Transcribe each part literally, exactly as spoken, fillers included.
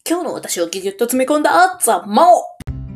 今日の私をギュギュッと詰め込んだザ・マオ。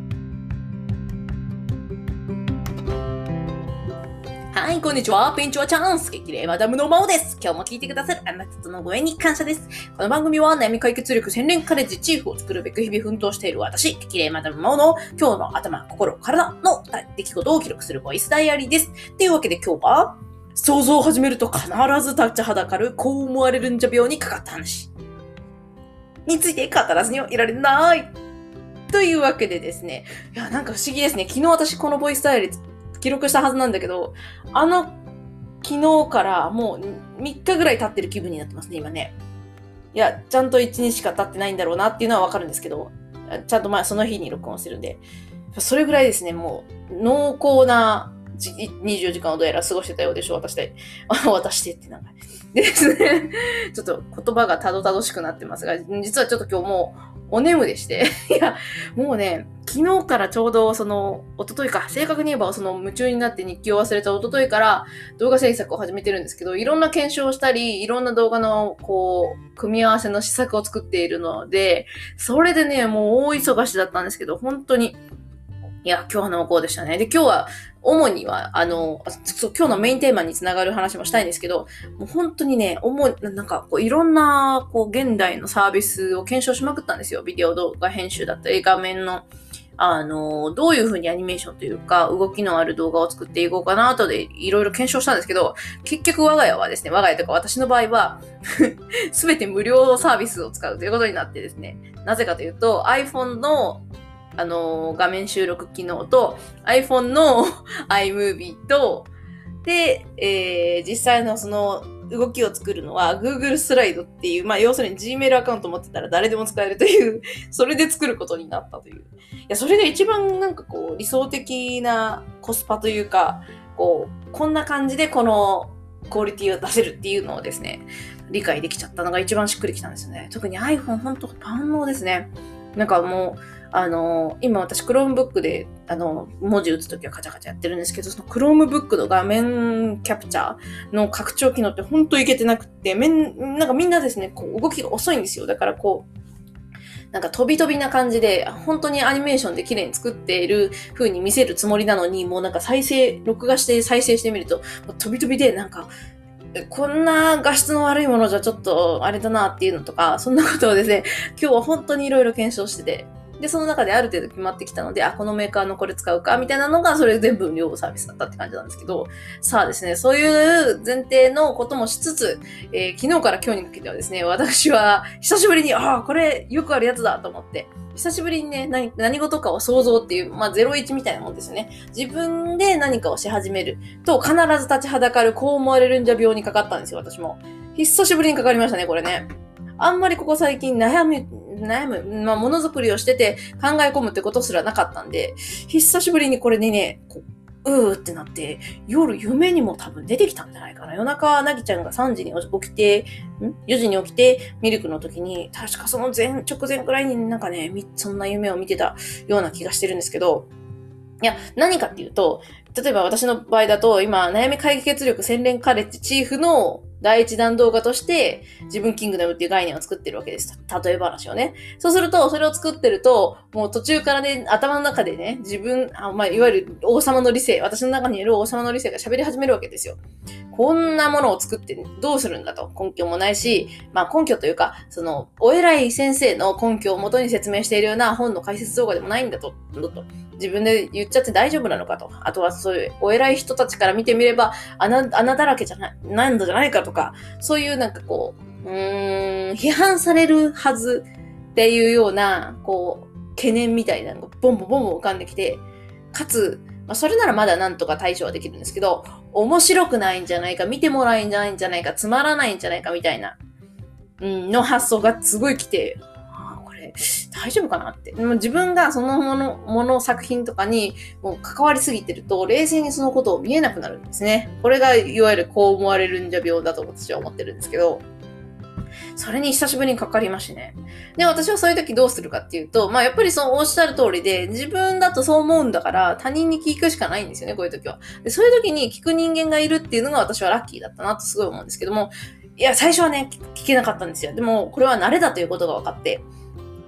はい、こんにちは。ピンチはチャンス。激励マダムのマオです。今日も聞いてくださるあなたとのご縁に感謝です。この番組は悩み解決力洗練カレッジチーフを作るべく日々奮闘している私、激励マダムマオの今日の頭、心、体の出来事を記録するボイスダイアリーです。というわけで今日は、想像を始めると必ず立ちはだかる、こう思われるんじゃ病にかかった話について語らずにはいられない。というわけでですね、いや、なんか不思議ですね。昨日私このボイスダイアリー記録したはずなんだけど、あの、昨日からもうみっかぐらい経ってる気分になってますね、今ね。いや、ちゃんといちにちしか経ってないんだろうなっていうのはわかるんですけど、ちゃんとまあその日に録音してるんで、それぐらいですね、もう濃厚なにじゅうよじかんをどうやら過ごしてたようでしょう、私で。私でってなんか。でですね、ちょっと言葉がたどたどしくなってますが、実はちょっと今日もうお眠でして、いや、もうね、昨日からちょうどその、一昨日か、正確に言えばその夢中になって日記を忘れた一昨日から動画制作を始めてるんですけど、いろんな検証をしたり、いろんな動画のこう、組み合わせの施策を作っているので、それでね、もう大忙しだったんですけど、本当に、いや、今日は濃厚でしたね。で、今日は、主には、あの、そう今日のメインテーマにつながる話もしたいんですけど、もう本当にね、主に、なんか、こう、いろんな、こう、現代のサービスを検証しまくったんですよ。ビデオ動画編集だったり、画面の、あの、どういう風にアニメーションというか、動きのある動画を作っていこうかな、とで、いろいろ検証したんですけど、結局我が家はですね、我が家とか私の場合は、すべて無料サービスを使うということになってですね、なぜかというと、iPhone のあのー、画面収録機能と iPhone の iMovie と、で、えー、実際のその動きを作るのは Google スライドっていう、まあ要するに Gmail アカウント持ってたら誰でも使えるという、それで作ることになったという。いや、それが一番なんかこう理想的なコスパというか、こう、こんな感じでこのクオリティを出せるっていうのをですね、理解できちゃったのが一番しっくりきたんですよね。特に iPhone ほんと万能ですね。なんかもう、あの、今私 Chromebook で、あの、文字打つときはカチャカチャやってるんですけど、その Chromebook の画面キャプチャーの拡張機能ってほんといけてなくって、めん、なんかみんなですね、こう動きが遅いんですよ。だからこう、なんか飛び飛びな感じで、本当にアニメーションで綺麗に作っている風に見せるつもりなのに、もうなんか再生、録画して再生してみると、飛び飛びでなんか、こんな画質の悪いものじゃちょっとあれだなっていうのとか、そんなことをですね、今日は本当にいろいろ検証してて、で、その中である程度決まってきたので、あ、このメーカーのこれ使うか、みたいなのが、それ全部無料サービスだったって感じなんですけど、さあですね、そういう前提のこともしつつ、えー、昨日から今日にかけてはですね、私は久しぶりに、ああ、これよくあるやつだと思って、久しぶりにね、何、何事かを想像っていう、まあ、ゼロイチみたいなもんですよね。自分で何かをし始めると、必ず立ちはだかる、こう思われるんじゃ病にかかったんですよ、私も。久しぶりにかかりましたね、これね。あんまりここ最近悩み、悩む、まあ、ものづくりをしてて考え込むってことすらなかったんで、久しぶりにこれにね、こう、うーってなって、夜夢にも多分出てきたんじゃないかな。夜中、なぎちゃんがさんじに起きて、ん ?よ 時に起きて、ミルクの時に、確かその前、直前くらいになんかね、そんな夢を見てたような気がしてるんですけど、いや、何かっていうと、例えば私の場合だと、今、悩み解決力洗練カレッジチーフの第一弾動画として、自分キングダムっていう概念を作ってるわけです。例え話をね。そうすると、それを作ってると、もう途中からね、頭の中でね、自分、あまあ、いわゆる王様の理性、私の中にいる王様の理性が喋り始めるわけですよ。こんなものを作ってどうするんだと。根拠もないし、まあ根拠というか、その、お偉い先生の根拠をもとに説明しているような本の解説動画でもないんだと。と自分で言っちゃって大丈夫なのかと。あとはそういうお偉い人たちから見てみれば、穴、穴だらけじゃない、なんだじゃないかとか、そういうなんかこう、うーん、批判されるはずっていうような、こう、懸念みたいなのがボンボンボンボン浮かんできて、かつ、まあ、それならまだなんとか対処はできるんですけど、面白くないんじゃないか、見てもらえんじゃないんじゃないか、つまらないんじゃないかみたいな、うん、の発想がすごい来て、あ、これ大丈夫かなって。もう自分がそのもの、もの作品とかにもう関わりすぎてると、冷静にそのことを見えなくなるんですね。これがいわゆるこう思われるんじゃ病だと私は思ってるんですけど、それに久しぶりにかかりましてね。で、私はそういう時どうするかっていうと、まあやっぱりそうおっしゃる通りで、自分だとそう思うんだから他人に聞くしかないんですよね、こういう時は。で、そういう時に聞く人間がいるっていうのが私はラッキーだったなとすごい思うんですけども、いや、最初はね、聞けなかったんですよ。でも、これは慣れだということが分かって、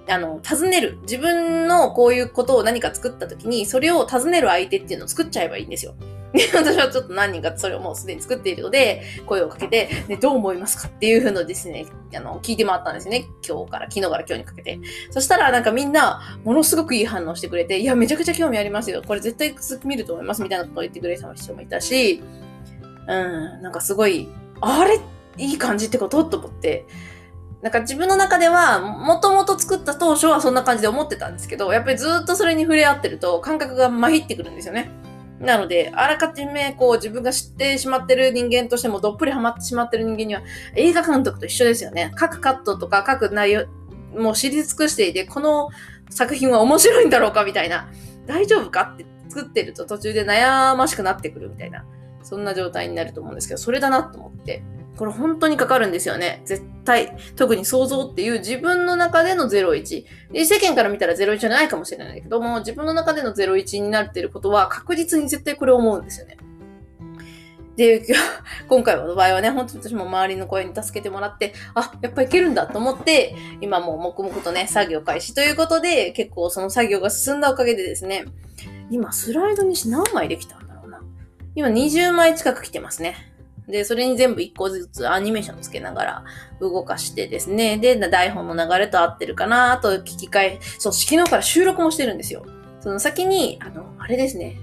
あの、尋ねる。自分のこういうことを何か作った時に、それを尋ねる相手っていうのを作っちゃえばいいんですよ。で、私はちょっと何人かそれをもうすでに作っているので、声をかけて、ね、どう思いますかっていうのをですね、あの、聞いて回ったんですね。今日から、昨日から今日にかけて。そしたらなんかみんな、ものすごくいい反応してくれて、いや、めちゃくちゃ興味ありますよ。これ絶対続き見ると思います。みたいなことを言ってくれた人もいたし、うん、なんかすごい、あれいい感じってことと思って、なんか自分の中では、もともと作った当初はそんな感じで思ってたんですけど、やっぱりずっとそれに触れ合ってると感覚がまひってくるんですよね。なので、あらかじめこう自分が知ってしまってる人間としてもどっぷりハマってしまってる人間には映画監督と一緒ですよね。各カットとか各内容もう知り尽くしていて、この作品は面白いんだろうかみたいな、大丈夫かって作ってると途中で悩ましくなってくるみたいな、そんな状態になると思うんですけど、それだなと思って。これ本当にかかるんですよね。絶対。特に想像っていう自分の中でのゼロイチ。で、世間から見たらゼロイチじゃないかもしれないけども、自分の中でのゼロイチになっていることは確実に絶対これを思うんですよね。で、今回の場合はね、本当に私も周りの声に助けてもらって、あ、やっぱいけるんだと思って、今もう黙々とね、作業開始ということで、結構その作業が進んだおかげでですね、今スライドにし何枚できたんだろうな。今にじゅうまい近く来てますね。で、それに全部いっこずつアニメーションつけながら動かしてですね。で、台本の流れと合ってるかな、あと聞き換え、そう、昨日から収録もしてるんですよ。その先に、あの、あれですね。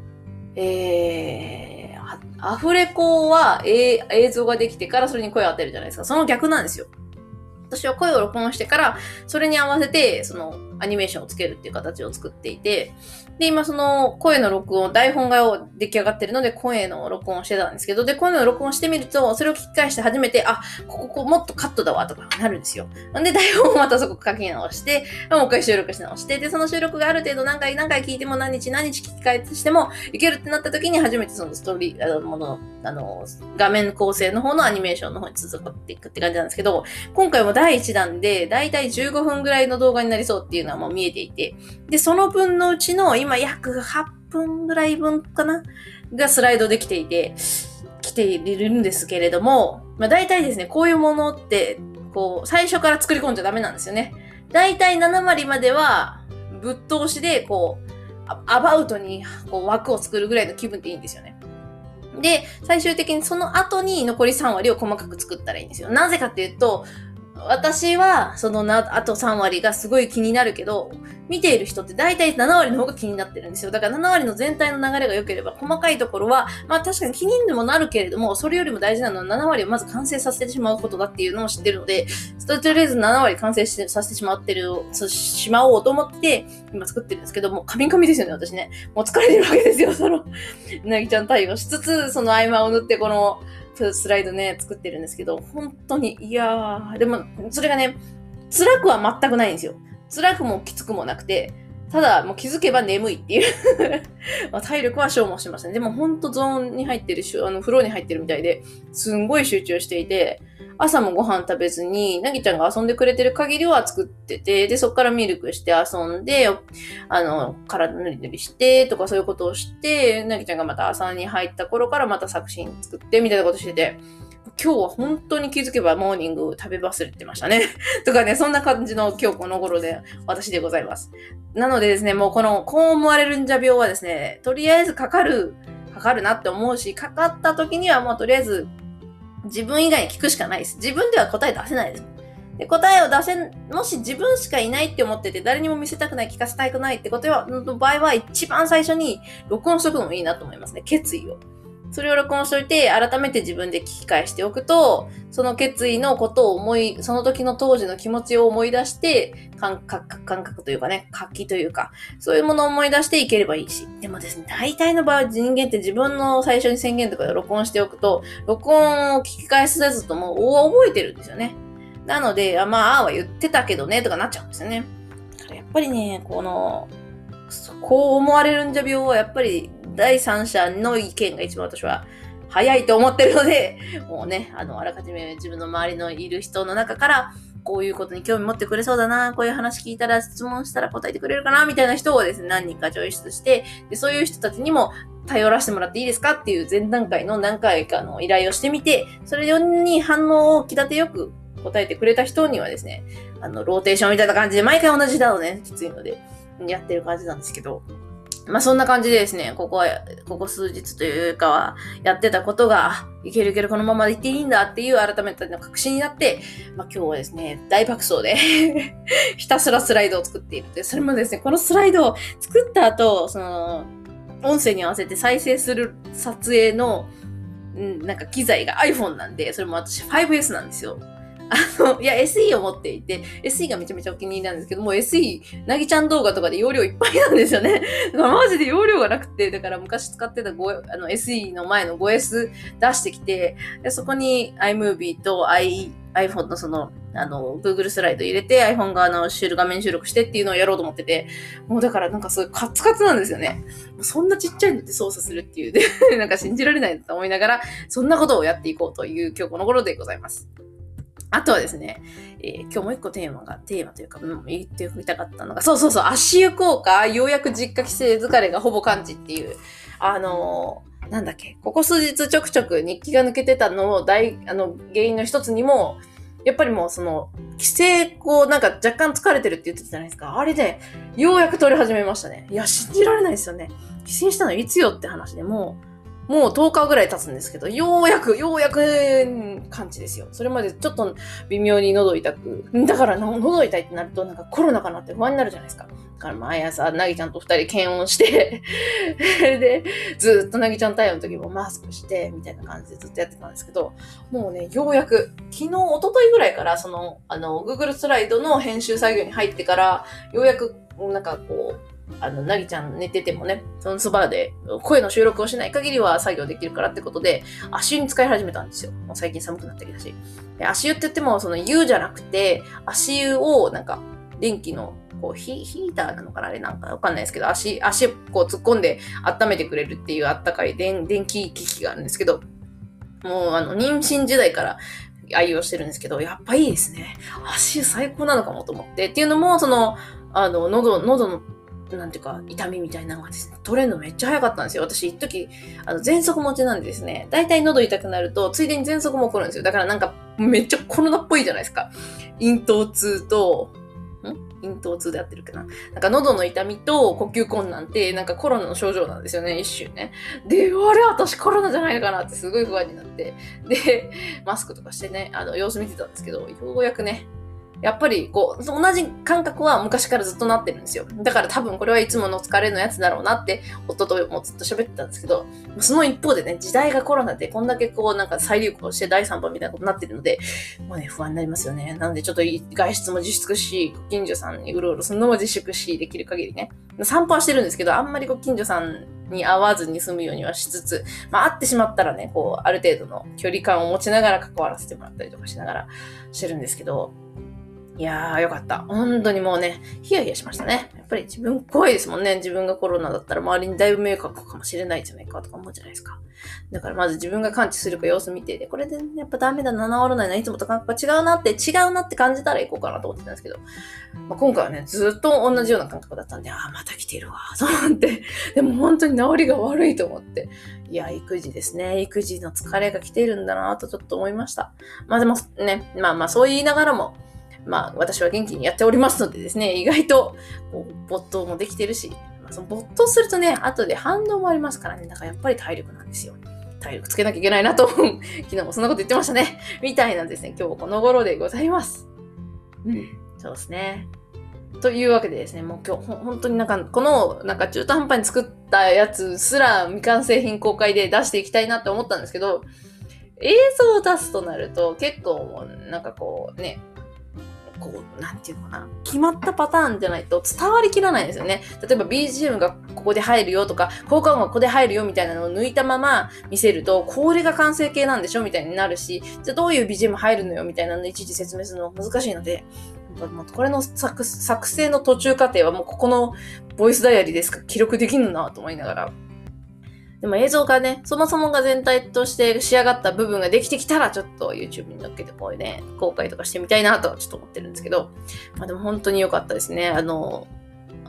えー、アフレコは、えー、映像ができてからそれに声を当てるじゃないですか。その逆なんですよ。私は声を録音してから、それに合わせて、その、アニメーションをつけるっていう形を作っていて、で、今その声の録音、台本が出来上がってるので声の録音をしてたんですけど、で、声の録音してみると、それを聞き返して初めて、あ、ここ、こもっとカットだわとかなるんですよ。で、台本をまたそこ書き直して、もう一回収録し直して、で、その収録がある程度何回何回聞いても何日何日聞き返してもいけるってなった時に初めてそのストーリー、あの、もの、あの、画面構成の方のアニメーションの方に続っていくって感じなんですけど、今回もだいいちだんで、だいたいじゅうごふんぐらいの動画になりそうっていうのはもう見えていて、で、その分のうちの今約はっぷんぐらい分かながスライドできていて、来ているんですけれども、まあ大体ですね、こういうものって、こう、最初から作り込んじゃダメなんですよね。大体ななわりまでは、ぶっ通しで、こう、アバウトにこう枠を作るぐらいの気分でいいんですよね。で、最終的にその後に残りさんわりを細かく作ったらいいんですよ。なぜかっていうと、私は、そのな、あとさんわりがすごい気になるけど、見ている人って大体ななわりの方が気になってるんですよ。だからななわりの全体の流れが良ければ、細かいところは、まあ確かに気にもなるけれども、それよりも大事なのはななわりをまず完成させてしまうことだっていうのを知ってるので、とりあえずななわり完成してさせてしまってる、しまおうと思って、今作ってるんですけども、カミカミですよね、私ね。もう疲れてるわけですよ、その、なぎちゃん対応しつつ、その合間を縫って、この、スライドね、作ってるんですけど、本当に、いやー、でも、それがね、辛くは全くないんですよ。辛くもきつくもなくて、ただ、もう気づけば眠いっていうまあ体力は消耗しましたね。でも本当ゾーンに入ってるし、あの、風呂に入ってるみたいで、すんごい集中していて、朝もご飯食べずに、なぎちゃんが遊んでくれてる限りは作ってて、で、そっからミルクして遊んで、あの、体塗り塗りして、とかそういうことをして、なぎちゃんがまた朝に入った頃からまた作品作って、みたいなことしてて、今日は本当に気づけばモーニング食べ忘れてましたね。とかね、そんな感じの今日この頃で私でございます。なのでですね、もうこの、こう思われるんじゃ病はですね、とりあえずかかる、かかるなって思うし、かかった時にはもうとりあえず自分以外に聞くしかないです。自分では答え出せないです。で、答えを出せ、もし自分しかいないって思ってて、誰にも見せたくない、聞かせたくないってことは、の場合は一番最初に録音しとくのもいいなと思いますね。決意を。それを録音しといて、改めて自分で聞き返しておくと、その決意のことを思い、その時の当時の気持ちを思い出して、感覚、感覚というかね、活気というか、そういうものを思い出していければいいし。でもですね、大体の場合、人間って自分の最初に宣言とかで録音しておくと、録音を聞き返さずとも覚えてるんですよね。なので、あまあ、ああは言ってたけどね、とかなっちゃうんですよね。だからやっぱりね、この、こう思われるんじゃ病はやっぱり第三者の意見が一番私は早いと思ってるので、もうね、あの、あらかじめ自分の周りのいる人の中から、こういうことに興味持ってくれそうだな、こういう話聞いたら質問したら答えてくれるかな、みたいな人をですね、何人かチョイスして、でそういう人たちにも頼らせてもらっていいですかっていう前段階の何回かの依頼をしてみて、それに反応を気立てよく答えてくれた人にはですね、あの、ローテーションみたいな感じで、毎回同じだとね、きついので、やってる感じなんですけど、まあそんな感じでですね、ここは、ここ数日というかは、やってたことが、いけるいけるこのままでいっていいんだっていう改めての確信になって、まあ今日はですね、大爆走でひたすらスライドを作っているで、それもですね、このスライドを作った後、その、音声に合わせて再生する撮影の、うん、なんか機材が iPhone なんで、それも私 ファイブエス なんですよ。あの、いや、エスイー を持っていて、エスイー がめちゃめちゃお気に入りなんですけども、エスイー、なぎちゃん動画とかで容量いっぱいなんですよね。だからマジで容量がなくて、だから昔使ってたごあの エスイー の前の ファイブエス 出してきて、でそこに iMovie と i iPhone のその、あの、Google スライド入れて iPhone 側の収画面収録してっていうのをやろうと思ってて、もうだからなんかそういうカツカツなんですよね。そんなちっちゃいのって操作するっていうで、なんか信じられないと思いながら、そんなことをやっていこうという今日この頃でございます。あとはですね、えー、今日もう一個テーマが、テーマというか、うん、言ってみたかったのが、そうそうそう、足湯効果、ようやく実家帰省疲れがほぼ完治っていう、あのー、なんだっけ、ここ数日ちょくちょく日記が抜けてたのを大、あの、原因の一つにも、やっぱりもうその、帰省後なんか若干疲れてるって言ってたじゃないですか。あれで、ようやく撮り始めましたね。いや、信じられないですよね。帰省したのいつよって話でもう、もうとおかぐらい経つんですけど、ようやく、ようやく感じですよ。それまでちょっと微妙に喉痛く。だから喉痛いってなるとなんかコロナかなって不安になるじゃないですか。だから毎朝、なぎちゃんと二人検温してで、ずっとなぎちゃん対応の時もマスクして、みたいな感じでずっとやってたんですけど、もうね、ようやく、昨日、一昨日ぐらいから、その、あの、Google スライドの編集作業に入ってから、ようやく、なんかこう、あの、なぎちゃん寝ててもね、そのそばで声の収録をしない限りは作業できるからってことで、足湯に使い始めたんですよ。もう最近寒くなってきたし。で足湯って言っても、その湯じゃなくて、足湯をなんか、電気の、こうヒ、ヒーターなのかなあれなんかわかんないですけど、足、足をこう突っ込んで温めてくれるっていうあったかい電、電気機器があるんですけど、もうあの、妊娠時代から愛用してるんですけど、やっぱいいですね。足湯最高なのかもと思って。っていうのも、その、あの、喉、喉の、なんていうか、痛みみたいなのがですね、取れるのめっちゃ早かったんですよ。私、一時、あの、喘息持ちなんでですね、だいたい喉痛くなると、ついでに喘息も起こるんですよ。だからなんか、めっちゃコロナっぽいじゃないですか。咽頭痛と、ん咽頭痛で合ってるかな。なんか喉の痛みと呼吸困難って、なんかコロナの症状なんですよね、一種ね。で、あれ私コロナじゃないのかなってすごい不安になって。で、マスクとかしてね、あの、様子見てたんですけど、ようやくね、やっぱり、こう、同じ感覚は昔からずっとなってるんですよ。だから多分これはいつもの疲れのやつだろうなって、夫ともずっと喋ってたんですけど、その一方でね、時代がコロナでこんだけこう、なんか再流行してだいさんぼんみたいなことになってるので、もうね、不安になりますよね。なのでちょっと外出も自粛し、ご近所さんにうろうろするのも自粛し、できる限りね。散歩はしてるんですけど、あんまりご近所さんに会わずに済むようにはしつつ、まあ会ってしまったらね、こう、ある程度の距離感を持ちながら関わらせてもらったりとかしながらしてるんですけど、いやーよかった。本当にもうね、ヒヤヒヤしましたね。やっぱり自分怖いですもんね。自分がコロナだったら周りにだいぶ迷惑かもしれないじゃないかとか思うじゃないですか。だからまず自分が感知するか様子見て、で、これで、ね、やっぱダメだな、治らないな、いつもと感覚が違うなって、違うなって感じたら行こうかなと思ってたんですけど、まあ、今回はね、ずっと同じような感覚だったんで、ああ、また来てるわ、と思って。でも本当に治りが悪いと思って。いや、育児ですね。育児の疲れが来てるんだなとちょっと思いました。まあでもね、まあまあそう言いながらも、まあ私は元気にやっておりますのでですね、意外とこう没頭もできてるし、まあ、その没頭するとね、後で反動もありますからね、だからやっぱり体力なんですよ。体力つけなきゃいけないなと思う。昨日もそんなこと言ってましたね。みたいなんですね、今日この頃でございます。うん、そうですね。というわけでですね、もう今日ほ本当になんかこのなんか中途半端に作ったやつすら未完成品公開で出していきたいなって思ったんですけど、映像を出すとなると結構もうなんかこうね、こう、なんていうのかな。決まったパターンじゃないと伝わりきらないんですよね。例えば ビージーエム がここで入るよとか、効果音がここで入るよみたいなのを抜いたまま見せると、これが完成形なんでしょみたいになるし、じゃあどういう ビージーエム 入るのよみたいなのをいちいち説明するの難しいので、もうこれの 作, 作成の途中過程はもうここのボイスダイアリーですか記録できるなと思いながら、でも映像がね、そもそもが全体として仕上がった部分ができてきたら、ちょっと YouTube に載っけてこういうね、公開とかしてみたいなとちょっと思ってるんですけど、まあでも本当に良かったですね。あの、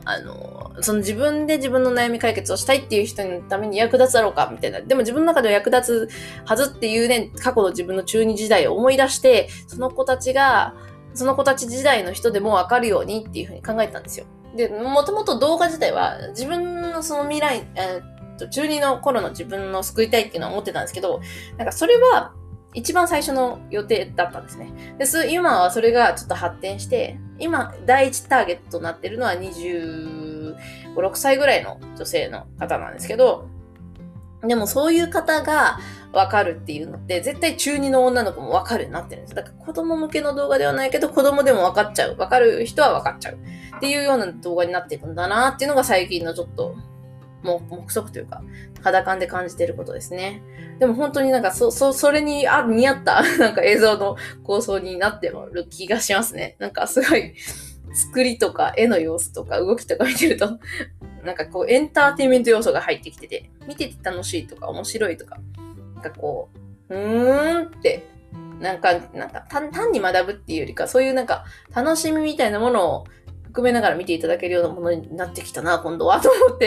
あの、その自分で自分の悩み解決をしたいっていう人のために役立つだろうかみたいな。でも自分の中では役立つはずっていうね、過去の自分の中二時代を思い出して、その子たちが、その子たち時代の人でもわかるようにっていうふうに考えたんですよ。で、もともと動画自体は自分のその未来、えー、と中二の頃の自分を救いたいっていうのは思ってたんですけど、なんかそれは一番最初の予定だったんですね。で、今はそれがちょっと発展して、今第一ターゲットとなっているのはにじゅうご、ろくさいぐらいの女性の方なんですけど、でもそういう方がわかるっていうのって絶対中二の女の子もわかるようになってるんです。だから子供向けの動画ではないけど子供でもわかっちゃう。わかる人はわかっちゃう。っていうような動画になっていくんだなっていうのが最近のちょっともう目測というか肌感で感じていることですね。でも本当になんかそ、そ、それにあ似合ったなんか映像の構想になってる気がしますね。なんかすごい作りとか絵の様子とか動きとか見てるとなんかこうエンターテインメント要素が入ってきてて、見てて楽しいとか面白いとか、なんかこう、うーんって、なんか、なんか単、単に学ぶっていうよりか、そういうなんか楽しみみたいなものを含めながら見ていただけるようなものになってきたな、今度は、と思って、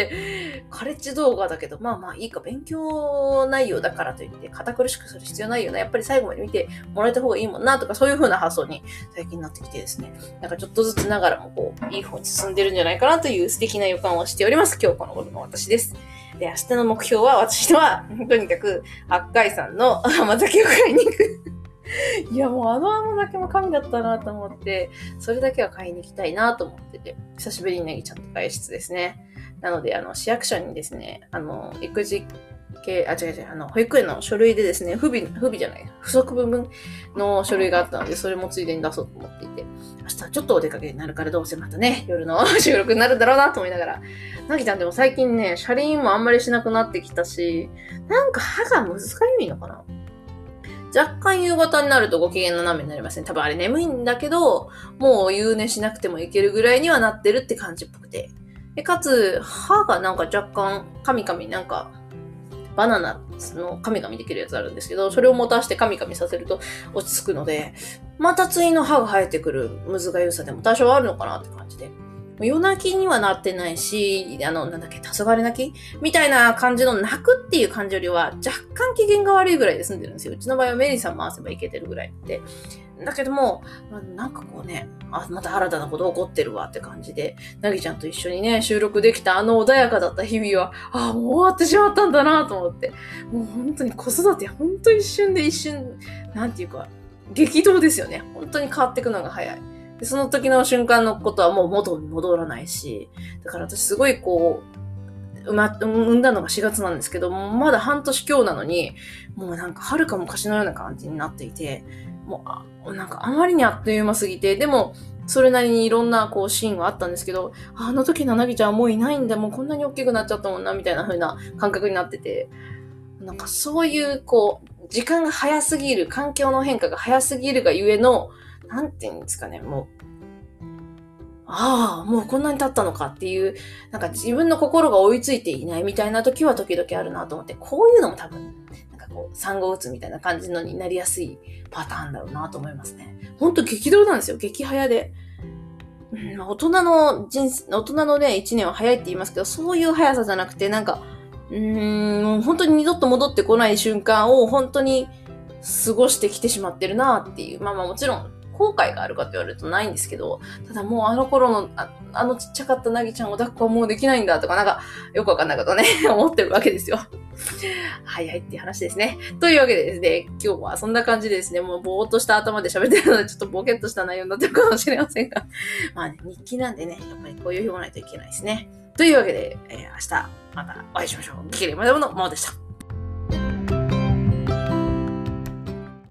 カレッジ動画だけど、まあまあいいか、勉強内容だからといって、堅苦しくする必要ないよな、やっぱり最後まで見てもらえた方がいいもんな、とか、そういう風な発想に最近なってきてですね、なんかちょっとずつながらもこう、いい方に進んでるんじゃないかなという素敵な予感をしております。今日この頃の私です。で、明日の目標は、私は、とにかく、八海山の甘酒を買いに行く。いや、もうあの甘酒も神だったなと思って、それだけは買いに行きたいなと思ってて、久しぶりにネギちゃんと外出ですね。なので、あの、市役所にですね、あの、育児系、あ、違う違う、あの、保育園の書類でですね、不備、不備じゃない、不足部分の書類があったので、それもついでに出そうと思っていて、明日はちょっとお出かけになるからどうせまたね、夜の収録になるんだろうなと思いながら、なぎちゃんでも最近ね、車輪もあんまりしなくなってきたし、なんか歯が難しいのかな？若干夕方になるとご機嫌斜めになりますね。多分あれ眠いんだけど、もう夕寝しなくてもいけるぐらいにはなってるって感じっぽくて。で、かつ、歯がなんか若干、カミカミなんか、バナナのカミカミできるやつあるんですけど、それを持たしてカミカミさせると落ち着くので、また次の歯が生えてくるむずがゆさでも多少あるのかなって感じで。夜泣きにはなってないし、あの、なんだっけ、黄昏泣きみたいな感じの泣くっていう感じよりは、若干機嫌が悪いぐらいで済んでるんですよ。うちの場合はメリーさん回せばいけてるぐらいで。だけども、なんかこうね、あ、また新たなこと起こってるわって感じで、なぎちゃんと一緒にね、収録できたあの穏やかだった日々は、あ、もう終わってしまったんだなと思って。もう本当に子育て、本当一瞬で一瞬、なんていうか、激動ですよね。本当に変わっていくのが早い。でその時の瞬間のことはもう元に戻らないし、だから私すごいこう、ま、産んだのがしがつなんですけど、まだ半年強なのに、もうなんか遥か昔のような感じになっていて、もうなんかあまりにあっという間すぎて、でもそれなりにいろんなこうシーンはあったんですけど、あの時のなぎちゃんはもういないんだ、もうこんなに大きくなっちゃったもんな、みたいな風な感覚になってて、なんかそういうこう、時間が早すぎる、環境の変化が早すぎるがゆえの、なんていうんですかね、もう、ああ、もうこんなに経ったのかっていう、なんか自分の心が追いついていないみたいな時は時々あるなと思って、こういうのも多分、なんかこう、産後うつみたいな感じのになりやすいパターンだろうなと思いますね。ほんと激動なんですよ、激早で。うん、大人の人生、大人のね、一年は早いって言いますけど、そういう速さじゃなくて、なんか、うーん、もう本当に二度と戻ってこない瞬間を本当に過ごしてきてしまってるなっていう。まあまあもちろん、後悔があるかと言われるとないんですけど、ただもうあの頃の、あ, あのちっちゃかったなぎちゃんを抱っこはもうできないんだとか、なんかよくわかんないことね、思ってるわけですよ。早いっていう話ですね。というわけでですね、今日はそんな感じでですね、もうぼーっとした頭で喋ってるので、ちょっとボケっとした内容になってるかもしれませんが、まあね、日記なんでね、やっぱりこういう日もないといけないですね。というわけで、えー、明日またお会いしましょう。キレイマダムのマオでした。